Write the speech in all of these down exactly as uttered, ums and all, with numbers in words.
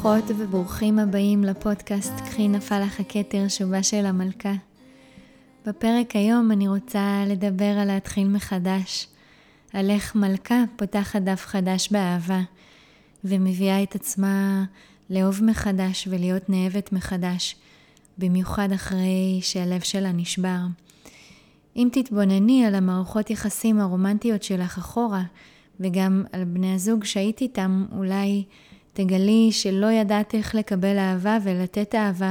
ברוכות וברוכים הבאים לפודקאסט קחי נפל לך הכתר, שובה של המלכה. בפרק היום אני רוצה לדבר על להתחיל מחדש, על איך מלכה פותחת דף חדש באהבה, ומביאה את עצמה לאהוב מחדש ולהיות נאהבת מחדש, במיוחד אחרי שהלב שלה נשבר. אם תתבונני על המערכות יחסים הרומנטיות שלך אחורה, וגם על בני הזוג שהיית איתם, אולי תגלי שלא ידעת איך לקבל אהבה ולתת אהבה,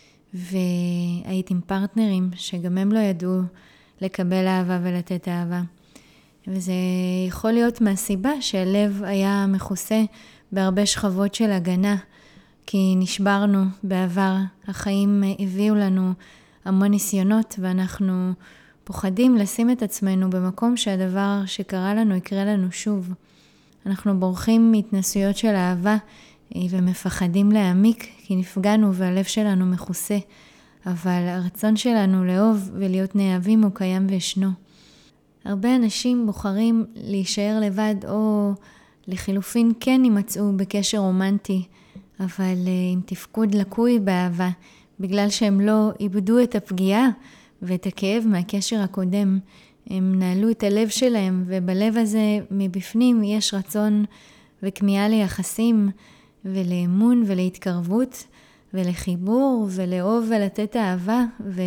והיית עם פרטנרים שגם הם לא ידעו לקבל אהבה ולתת אהבה. וזה יכול להיות מהסיבה שהלב היה מכוסה בהרבה שכבות של הגנה, כי נשברנו בעבר, החיים הביאו לנו המון ניסיונות, ואנחנו פוחדים לשים את עצמנו במקום שהדבר שקרה לנו יקרה לנו שוב. אנחנו בורחים מהתנסויות של אהבה ומפחדים להעמיק, כי נפגענו והלב שלנו מכוסה, אבל הרצון שלנו לאהוב ולהיות נאהבים הוא קיים וישנו. הרבה אנשים בוחרים להישאר לבד, או לחילופין כן יימצאו בקשר רומנטי, אבל עם תפקוד לקוי באהבה, בגלל שהם לא איבדו את הפגיעה ואת הכאב מהקשר הקודם. הם נעלו את הלב שלהם, ובלב הזה מבפנים יש רצון וכמיהה ליחסים ולאמון ולהתקרבות ולחיבור ולאהוב ולתת אהבה,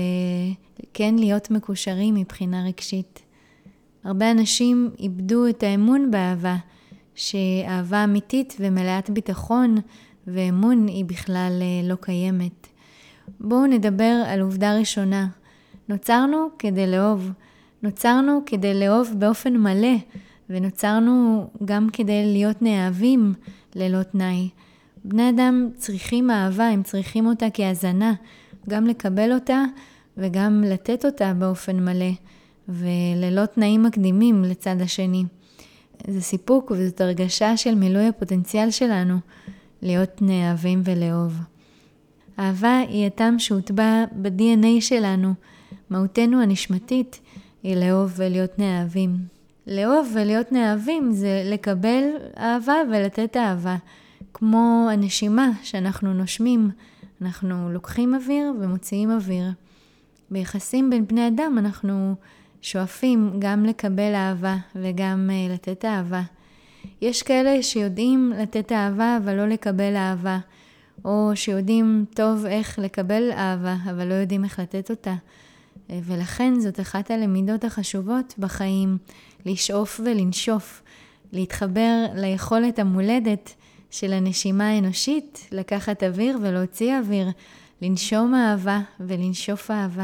וכן להיות מקושרים מבחינה רגשית. הרבה אנשים איבדו את האמון באהבה, שאהבה אמיתית ומלאת ביטחון ואמון היא בכלל לא קיימת. בואו נדבר על עובדה ראשונה. נוצרנו כדי לאהוב. נוצרנו כדי לאהוב באופן מלא, ונוצרנו גם כדי להיות נאהבים ללא תנאי. בני אדם צריכים אהבה, הם צריכים אותה כהזנה, גם לקבל אותה וגם לתת אותה באופן מלא, וללא תנאים מקדימים לצד השני. זה סיפוק וזאת הרגשה של מילוי הפוטנציאל שלנו, להיות נאהבים ולאהוב. אהבה היא הטעם שהוטבע ב-די אן איי שלנו, מהותנו הנשמתית היא לאהוב ולהיות נאהבים. לאהוב ולהיות נאהבים זה לקבל אהבה ולתת אהבה. כמו הנשימה שאנחנו נושמים, אנחנו לוקחים אוויר ומוציאים אוויר. ביחסים בין בני אדם אנחנו שואפים גם לקבל אהבה וגם לתת אהבה. יש כאלה שיודעים לתת אהבה אבל לא לקבל אהבה, או שיודעים טוב איך לקבל אהבה אבל לא יודעים איך לתת אותה. ולכן זאת אחת הלמידות החשובות בחיים, לשאוף ולנשוף, להתחבר ליכולת המולדת של הנשימה האנושית, לקחת אוויר ולהוציא אוויר, לנשום אהבה ולנשוף אהבה.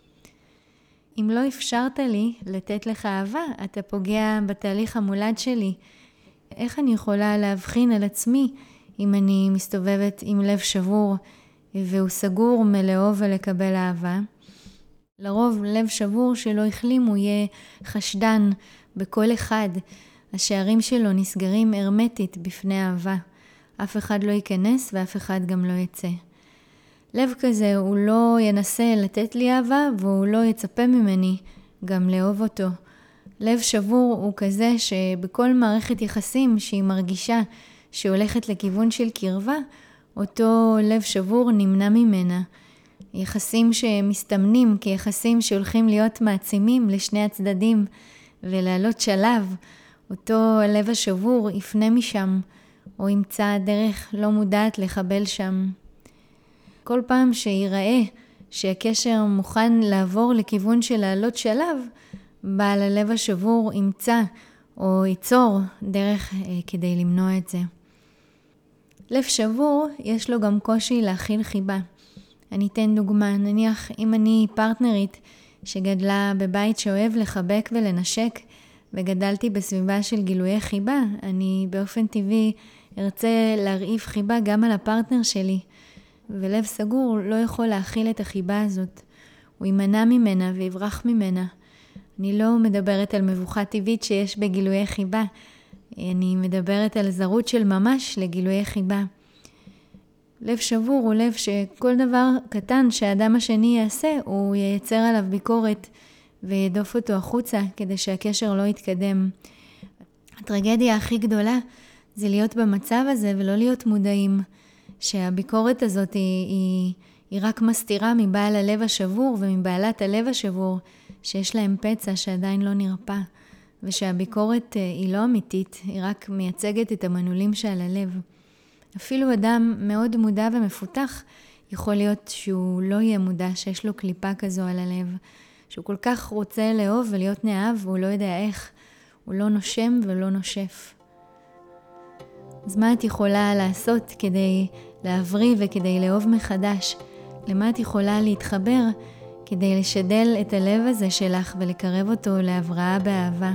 אם לא אפשרת לי לתת לך אהבה, אתה פוגע בתהליך המולד שלי. איך אני יכולה להבחין על עצמי אם אני מסתובבת עם לב שבור והוא סגור מלאהוב ולקבל אהבה? לרוב לב שבור שלא החלים הוא יהיה חשדן בכל אחד. השערים שלו נסגרים הרמטית בפני אהבה. אף אחד לא ייכנס ואף אחד גם לא יצא. לב כזה הוא לא ינסה לתת לי אהבה והוא לא יצפה ממני גם לאהוב אותו. לב שבור הוא כזה שבכל מערכת יחסים שהיא מרגישה שהולכת לכיוון של קרבה, אותו לב שבור נמנע ממנה. יחסים שמסתמנים כיחסים שהולכים להיות מעצימים לשני הצדדים ולעלות שלב, אותו לב השבור יפנה משם או ימצא דרך לא מודעת לחבל שם. כל פעם שיראה שהקשר מוכן לעבור לכיוון של לעלות שלב, בעל הלב השבור ימצא או ייצור דרך אה, כדי למנוע את זה. לב שבור יש לו גם קושי להכיל חיבה. אני אתן דוגמה, נניח אם אני פרטנרית שגדלה בבית שאוהב לחבק ולנשק, וגדלתי בסביבה של גילויי חיבה, אני באופן טבעי ארצה להרעיף חיבה גם על הפרטנר שלי, ולב סגור לא יכול להכיל את החיבה הזאת. הוא יימנע ממנה ויברח ממנה. אני לא מדברת על מבוכה טבעית שיש בגילויי חיבה, אני מדברת על זרות של ממש לגילויי חיבה. לב שבור הוא לב שכל דבר קטן שהאדם השני יעשה, הוא ייצר עליו ביקורת וידוף אותו החוצה כדי שהקשר לא יתקדם. הטרגדיה הכי גדולה זה להיות במצב הזה ולא להיות מודעים. שהביקורת הזאת היא, היא, היא רק מסתירה מבעל הלב השבור ומבעלת הלב השבור, שיש להם פצע שעדיין לא נרפא, ושהביקורת היא לא אמיתית, היא רק מייצגת את המנעולים שעל הלב. אפילו אדם מאוד מודע ומפותח, יכול להיות שהוא לא יהיה מודע שיש לו קליפה כזו על הלב, שהוא כל כך רוצה לאהוב ולהיות נאהב והוא לא יודע איך, הוא לא נושם ולא נושף. אז מה את יכולה לעשות כדי להבריא וכדי לאהוב מחדש? למה את יכולה להתחבר כדי לשדל את הלב הזה שלך ולקרב אותו להבראה באהבה?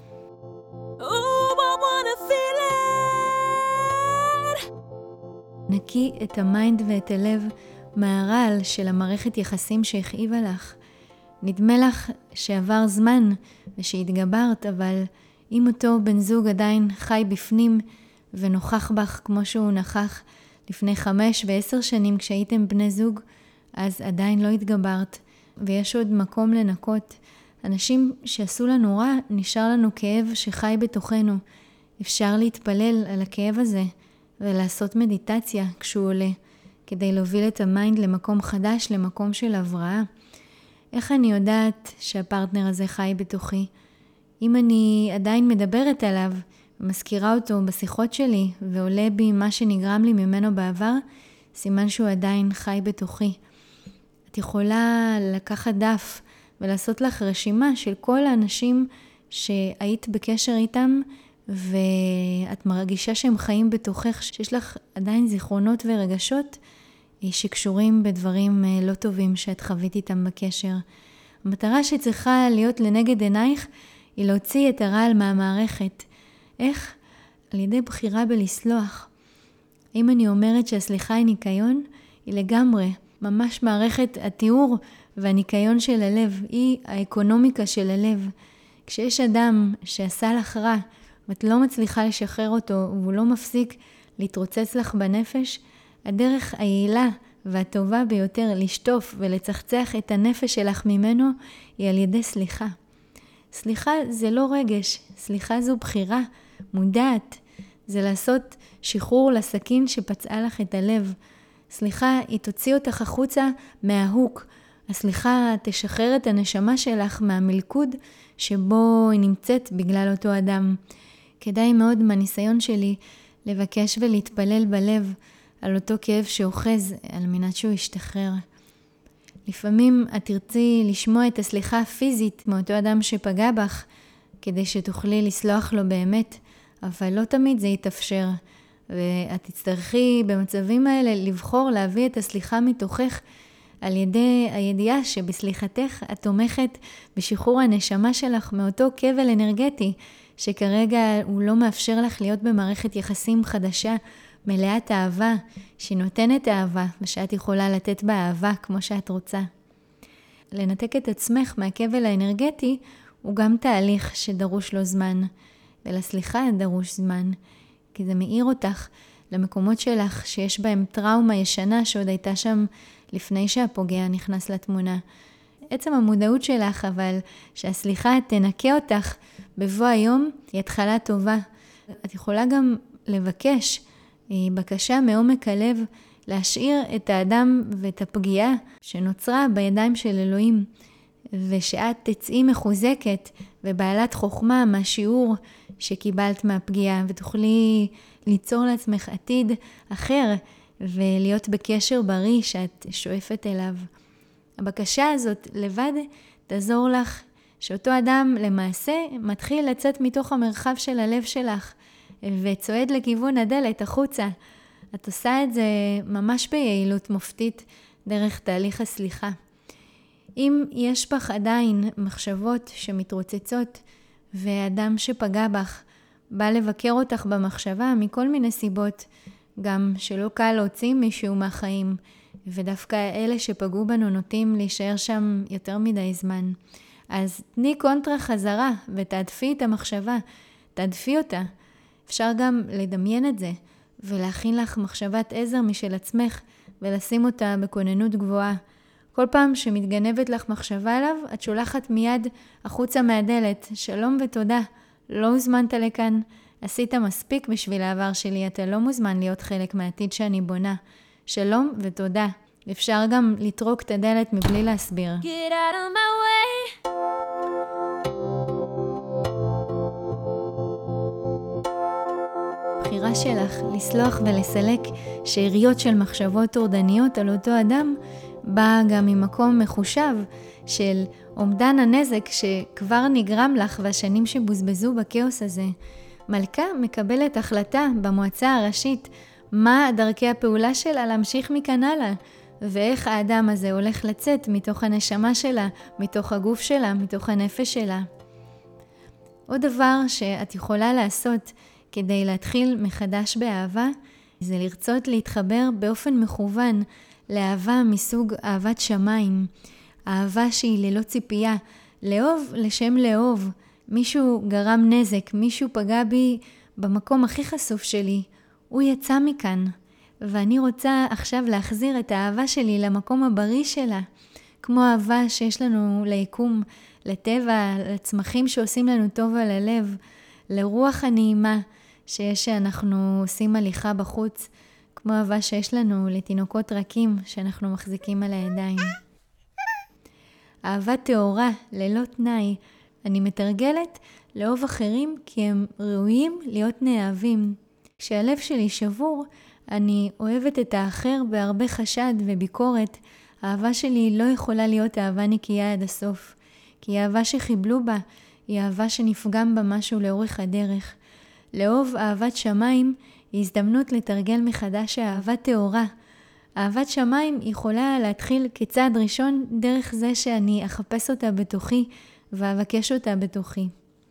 נקי את המיינד ואת הלב מהרעל של המערכת יחסים שהכאיבה לך. נדמה לך שעבר זמן ושהתגברת, אבל אם אותו בן זוג עדיין חי בפנים ונוכח בך כמו שהוא נכח לפני חמש ועשר שנים כשהייתם בני זוג, אז עדיין לא התגברת ויש עוד מקום לנקות. אנשים שעשו לנו רע, נשאר לנו כאב שחי בתוכנו. אפשר להתפלל על הכאב הזה ולעשות מדיטציה כשהוא עולה, כדי להוביל את המיינד למקום חדש, למקום של הבראה. איך אני יודעת שהפרטנר הזה חי בתוכי? אם אני עדיין מדברת עליו ומזכירה אותו בשיחות שלי ועולה בי מה שנגרם לי ממנו בעבר, סימן שהוא עדיין חי בתוכי. את יכולה לקחת דף ולעשות לך רשימה של כל האנשים שהיית בקשר איתם ואת מרגישה שהם חיים בתוכך, שיש לך עדיין זיכרונות ורגשות שקשורים בדברים לא טובים שאת חווית איתם בקשר. המטרה שצריכה להיות לנגד עינייך היא להוציא את הרעל מהמערכת. איך? על ידי בחירה בלסלוח. אם אני אומרת שהסליחה היא ניקיון, היא לגמרי, ממש מערכת התיאור והניקיון של הלב, היא האקונומיקה של הלב. כשיש אדם שעשה לך רע, ואת לא מצליחה לשחרר אותו, והוא לא מפסיק להתרוצץ לך בנפש, הדרך היעילה והטובה ביותר לשטוף ולצחצח את הנפש שלך ממנו, היא על ידי סליחה. סליחה זה לא רגש, סליחה זו בחירה מודעת. זה לעשות שחרור לסכין שפצעה לך את הלב. סליחה היא תוציא אותך החוצה מההוק. הסליחה תשחרר את הנשמה שלך מהמלכוד שבו היא נמצאת בגלל אותו אדם. כדאי מאוד מהניסיון שלי לבקש ולהתפלל בלב על אותו כאב שאוחז על מנת שהוא ישתחרר. לפעמים את תרצי לשמוע את הסליחה הפיזית מאותו אדם שפגע בך כדי שתוכלי לסלוח לו באמת, אבל לא תמיד זה יתאפשר. ואת תצטרכי במצבים האלה לבחור להביא את הסליחה מתוכך על ידי הידיעה שבסליחתך את תומכת בשחרור הנשמה שלך מאותו כבל אנרגטי שכרגע הוא לא מאפשר לך להיות במערכת יחסים חדשה, מלאת אהבה, שנותנת אהבה ושאת יכולה לתת בה אהבה כמו שאת רוצה. לנתק את עצמך מהכבל האנרגטי הוא גם תהליך שדרוש לו זמן, ולסליחה דרוש זמן, כי זה מאיר אותך למקומות שלך שיש בהם טראומה ישנה שעוד הייתה שם לפני שהפוגע נכנס לתמונה. עצם המודעות שלך אבל שהסליחה תנקה אותך בבוא היום היא התחלה טובה. את יכולה גם לבקש בקשה מעומק הלב להשאיר את האדם ואת הפגיעה שנוצרה בידיים של אלוהים, ושאת תצאי מחוזקת ובעלת חוכמה מהשיעור שקיבלת מהפגיעה, ותוכלי ליצור לעצמך עתיד אחר ולהיות בקשר בריא שאת שואפת אליו. הבקשה הזאת לבד תעזור לך שאותו אדם למעשה מתחיל לצאת מתוך המרחב של הלב שלך וצועד לכיוון הדלת החוצה. את עושה את זה ממש ביעילות מופתית דרך תהליך הסליחה. אם יש בך עדיין מחשבות שמתרוצצות ואדם שפגע בך בא לבקר אותך במחשבה מכל מיני סיבות, גם שלא קל להוציא מישהו מהחיים, ודווקא אלה שפגעו בנו נוטים להישאר שם יותר מדי זמן, אז תני קונטרה חזרה ותעדפי את המחשבה, תעדפי אותה. אפשר גם לדמיין את זה ולהכין לך מחשבת עזר משל עצמך ולשים אותה בכוננות גבוהה. כל פעם שמתגנבת לך מחשבה עליו, את שולחת מיד החוצה מהדלת, שלום ותודה, לא הוזמנת לכאן, עשית מספיק בשביל העבר שלי, אתה לא מוזמן להיות חלק מהעתיד שאני בונה. שלום ותודה. אפשר גם לטרוק את הדלת מבלי להסביר. Get out of my way. הבחירה שלך לסלוח ולסלק שאריות של מחשבות טורדניות על אותו אדם, באה גם ממקום מחושב של אומדן הנזק שכבר נגרם לך והשנים שבוזבזו בכאוס הזה. מלכה מקבלת החלטה במועצה הראשית מה דרכי הפעולה שלה להמשיך מכאן הלאה, ואיך האדם הזה הולך לצאת מתוך הנשמה שלה, מתוך הגוף שלה, מתוך הנפש שלה. עוד דבר שאת יכולה לעשות כדי להתחיל מחדש באהבה, זה לרצות להתחבר באופן מכוון לאהבה מסוג אהבת שמיים, אהבה שהיא ללא ציפייה, לאהוב לשם לאהוב. מישהו גרם נזק, מישהו פגע בי במקום הכי חשוף שלי, הוא יצא מכאן, ואני רוצה עכשיו להחזיר את האהבה שלי למקום הבריא שלה, כמו אהבה שיש לנו ליקום, לטבע, לצמחים שעושים לנו טוב על הלב, לרוח הנעימה שיש שאנחנו עושים הליכה בחוץ, כמו אהבה שיש לנו לתינוקות רכים שאנחנו מחזיקים על הידיים. אהבה טהורה, ללא תנאי. אני מתרגלת לאהוב אחרים כי הם ראויים להיות נאהבים. כשהלב שלי שבור, אני אוהבת את האחר בהרבה חשד וביקורת. האהבה שלי לא יכולה להיות אהבה נקייה עד הסוף, כי האהבה שחיבלו בה היא אהבה שנפגם בה משהו לאורך הדרך. לאהוב אהבת שמיים היא הזדמנות לתרגל מחדש האהבה טהורה. אהבת שמיים יכולה להתחיל כצעד ראשון דרך זה שאני אחפש אותה בתוכי ואבקש אותה בתוכי.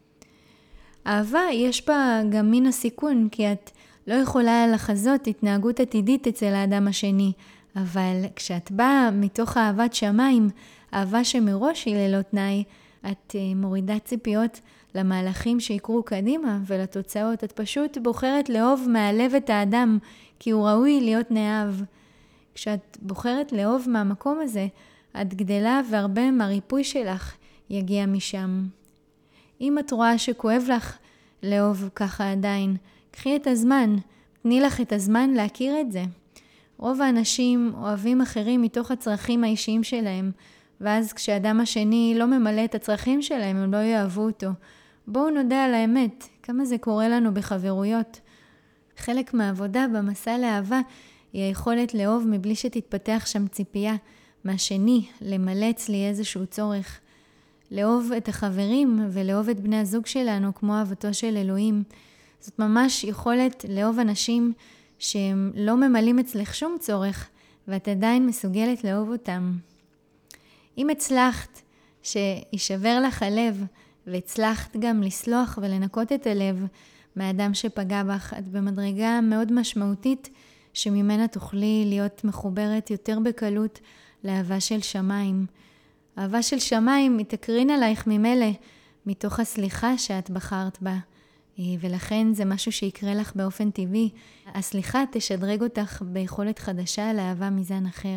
אהבה יש בה גם מן הסיכון, כי את לא יכולה לחזות התנהגות עתידית אצל האדם השני, אבל כשאת באה מתוך אהבת שמיים, אהבה שמראש היא ללא תנאי, את מורידה ציפיות למהלכים שיקרו קדימה ולתוצאות. את פשוט בוחרת לאהוב מהלב את האדם, כי הוא ראוי להיות נאהב. כשאת בוחרת לאהוב מהמקום הזה, את גדלה והרבה מהריפוי שלך יגיע משם. אם את רואה שכואב לך לאהוב ככה עדיין, קחי את הזמן, תני לך את הזמן להכיר את זה. רוב האנשים אוהבים אחרים מתוך הצרכים האישיים שלהם, ואז כשאדם השני לא ממלא את הצרכים שלהם, הם לא יאהבו אותו. בואו נודה על האמת, כמה זה קורה לנו בחברויות. חלק מהעבודה במסע לאהבה היא היכולת לאהוב מבלי שתתפתח שם ציפייה מהשני, למלא אצלי איזשהו צורך. לאהוב את החברים ולאהוב את בני הזוג שלנו כמו אהבתו של אלוהים. זאת ממש יכולת לאהוב אנשים שהם לא ממלאים אצלך שום צורך, ואת עדיין מסוגלת לאהוב אותם. אם הצלחת שישבר לך הלב, והצלחת גם לסלוח ולנקות את הלב מהאדם שפגע בך, את במדרגה מאוד משמעותית שממנה תוכלי להיות מחוברת יותר בקלות לאהבה של שמיים. אהבה של שמיים היא תקרין עלייך ממילא מתוך הסליחה שאת בחרת בה, ולכן זה משהו שיקרה לך באופן טבעי. הסליחה תשדרג אותך ביכולת חדשה לאהבה מזן אחר.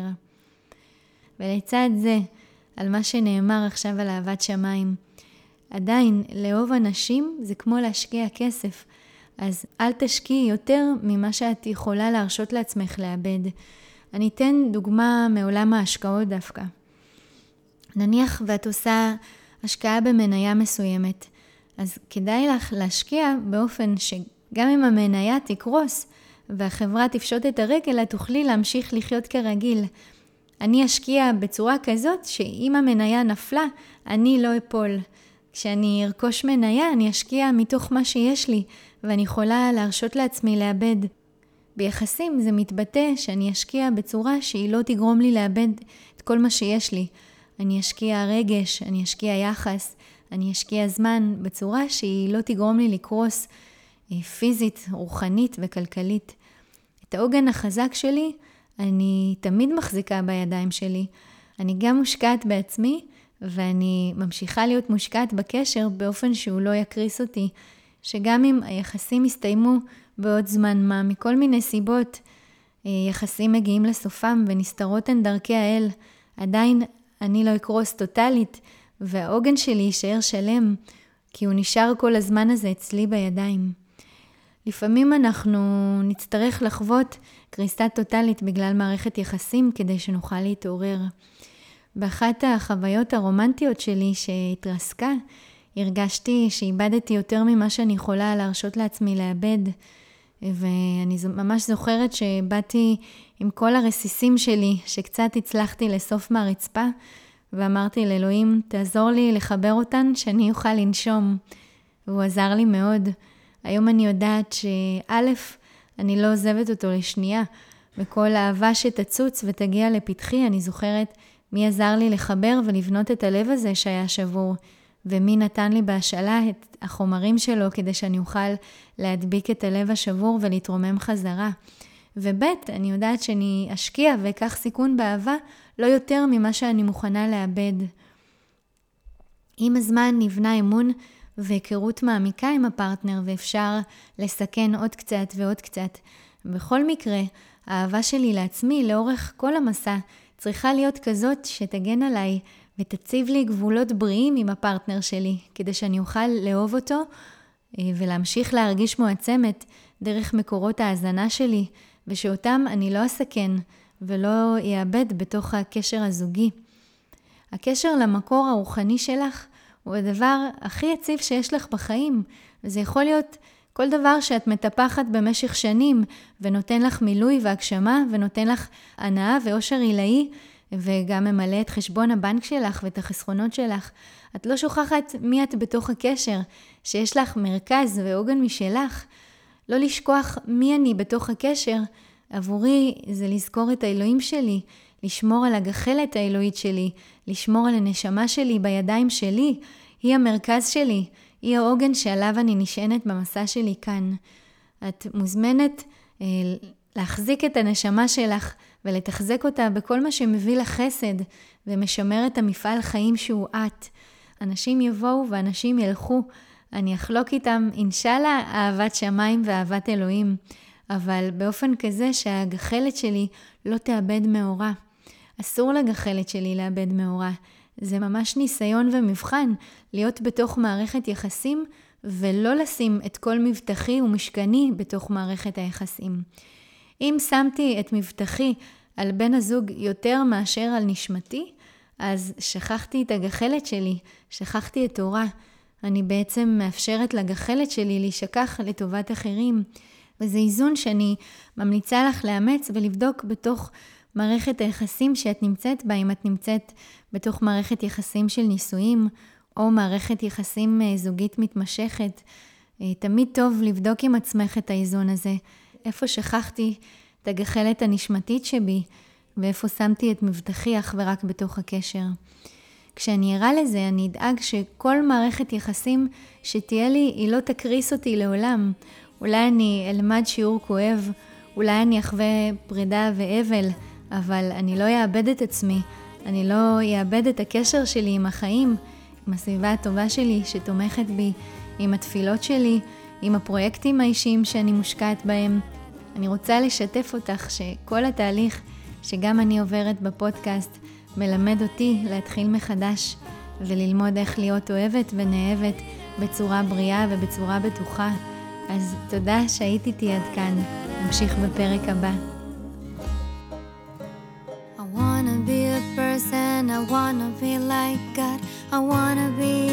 ולצד זה, על מה שנאמר עכשיו על אהבת שמיים, עדיין לאהוב אנשים זה כמו להשקיע כסף, אז אל תשקיעי יותר ממה שאת יכולה להרשות לעצמך לאבד. אני אתן דוגמה מעולם ההשקעות דווקא. נניח ואת עושה השקעה במניה מסוימת, אז כדאי לך להשקיע באופן שגם אם המניה תקרוס והחברה תפשוט את הרגל, את תוכלי להמשיך לחיות כרגיל. אני אשקיע בצורה כזאת שאם המניה נפלה, אני לא אפול. כשאני ארכוש מניה, אני אשקיע מתוך מה שיש לי, ואני יכולה להרשות לעצמי לאבד. ביחסים זה מתבטא שאני אשקיע בצורה שהיא לא תגרום לי לאבד את כל מה שיש לי. אני אשקיע רגש, אני אשקיע יחס, אני אשקיע זמן בצורה שהיא לא תגרום לי לקרוס פיזית, רוחנית וכלכלית. את העוגן החזק שלי אני תמיד מחזיקה בידיים שלי. אני גם מושקעת בעצמי, ואני ממשיכה להיות מושקעת בקשר באופן שהוא לא יקריס אותי, שגם אם היחסים יסתיימו בעוד זמן מה, מכל מיני סיבות, יחסים מגיעים לסופם ונסתרות הן דרכי האל, עדיין אני לא אקרוס טוטלית, והעוגן שלי יישאר שלם, כי הוא נשאר כל הזמן הזה אצלי בידיים. לפעמים אנחנו נצטרך לחוות קריסה טוטלית בגלל מערכת יחסים כדי שנוכל להתעורר. באחת החוויות הרומנטיות שלי שהתרסקה, הרגשתי שאיבדתי יותר ממה שאני יכולה להרשות לעצמי לאבד, ואני ממש זוכרת שבאתי עם כל הרסיסים שלי, שקצת הצלחתי לאסוף מהרצפה, ואמרתי לאלוהים, תעזור לי לחבר אותן שאני אוכל לנשום. והוא עזר לי מאוד. היום אני יודעת שא', אני לא עוזבת אותו לשנייה, וכל אהבה שתצוץ ותגיע לפתחי, אני זוכרת מי עזר לי לחבר ולבנות את הלב הזה שהיה שבור, ומי נתן לי בהשאלה את החומרים שלו כדי שאני אוכל להדביק את הלב השבור ולהתרומם חזרה. וב', אני יודעת שאני אשקיע ואקח סיכון באהבה לא יותר ממה שאני מוכנה לאבד. עם הזמן נבנה אמון והיכרות מעמיקה עם הפרטנר, ואפשר לסכן עוד קצת ועוד קצת. בכל מקרה, האהבה שלי לעצמי לאורך כל המסע צריכה להיות כזאת שתגן עליי ותציב לי גבולות בריאים עם הפרטנר שלי, כדי שאני אוכל לאהוב אותו ולהמשיך להרגיש מועצמת דרך מקורות ההזנה שלי, ושאותם אני לא אסכן ולא יאבד בתוך הקשר הזוגי. הקשר למקור הרוחני שלך הוא הדבר הכי יציב שיש לך בחיים, וזה יכול להיות כל דבר שאת מטפחת במשך שנים, ונותן לך מילוי והגשמה, ונותן לך הנאה ואושר עילאי, וגם ממלא את חשבון הבנק שלך ואת החסכונות שלך. את לא שוכחת מי את בתוך הקשר, שיש לך מרכז ועוגן משלך. לא לשכוח מי אני בתוך הקשר. עבורי זה לזכור את האלוהים שלי, לשמור על הגחלת האלוהית שלי, לשמור על הנשמה שלי בידיים שלי. היא המרכז שלי, היא העוגן שעליו אני נשענת במסע שלי כאן. את מוזמנת אה, להחזיק את הנשמה שלך ולתחזק אותה בכל מה שמביא לך חסד ומשמר את המפעל חיים שהוא את. אנשים יבואו ואנשים ילכו, אני אחלוק איתם אינשאללה אהבת שמיים ואהבת אלוהים, אבל באופן כזה שהגחלת שלי לא תאבד מאורה. אסור לגחלת שלי לאבד מאורה. זה ממש ניסיון ומבחן להיות בתוך מערכת יחסים ולא לשים את כל מבטחי ומשכני בתוך מערכת היחסים. אם שמתי את מבטחי על בן הזוג יותר מאשר על נשמתי, אז שכחתי את הגחלת שלי, שכחתי את תורה. אני בעצם מאפשרת לגחלת שלי להישכח לטובת אחרים. וזה איזון שאני ממליצה לך לאמץ ולבדוק בתוך מערכת היחסים שאת נמצאת בה, אם את נמצאת בתוך מערכת יחסים של נישואים, או מערכת יחסים זוגית מתמשכת. תמיד טוב לבדוק עם עצמך את האיזון הזה. איפה שכחתי את הגחלת הנשמתית שבי, ואיפה שמתי את מבטחי אך ורק בתוך הקשר. כשאני אראה לזה, אני אדאג שכל מערכת יחסים שתהיה לי, היא לא תקריס אותי לעולם. אולי אני אלמד שיעור כואב, אולי אני אחווה פרידה ואבל, אבל אני לא אאבד את עצמי, אני לא אאבד את הקשר שלי עם החיים, עם הסביבה הטובה שלי שתומכת בי, עם התפילות שלי, עם הפרויקטים האישיים שאני מושקעת בהם. אני רוצה לשתף אותך שכל התהליך שגם אני עוברת בפודקאסט מלמד אותי להתחיל מחדש וללמוד איך להיות אוהבת ונאהבת בצורה בריאה ובצורה בטוחה. אז תודה שהיית איתי עד כאן. נמשיך בפרק הבא. I wanna be a person, I wanna be like God, I wanna be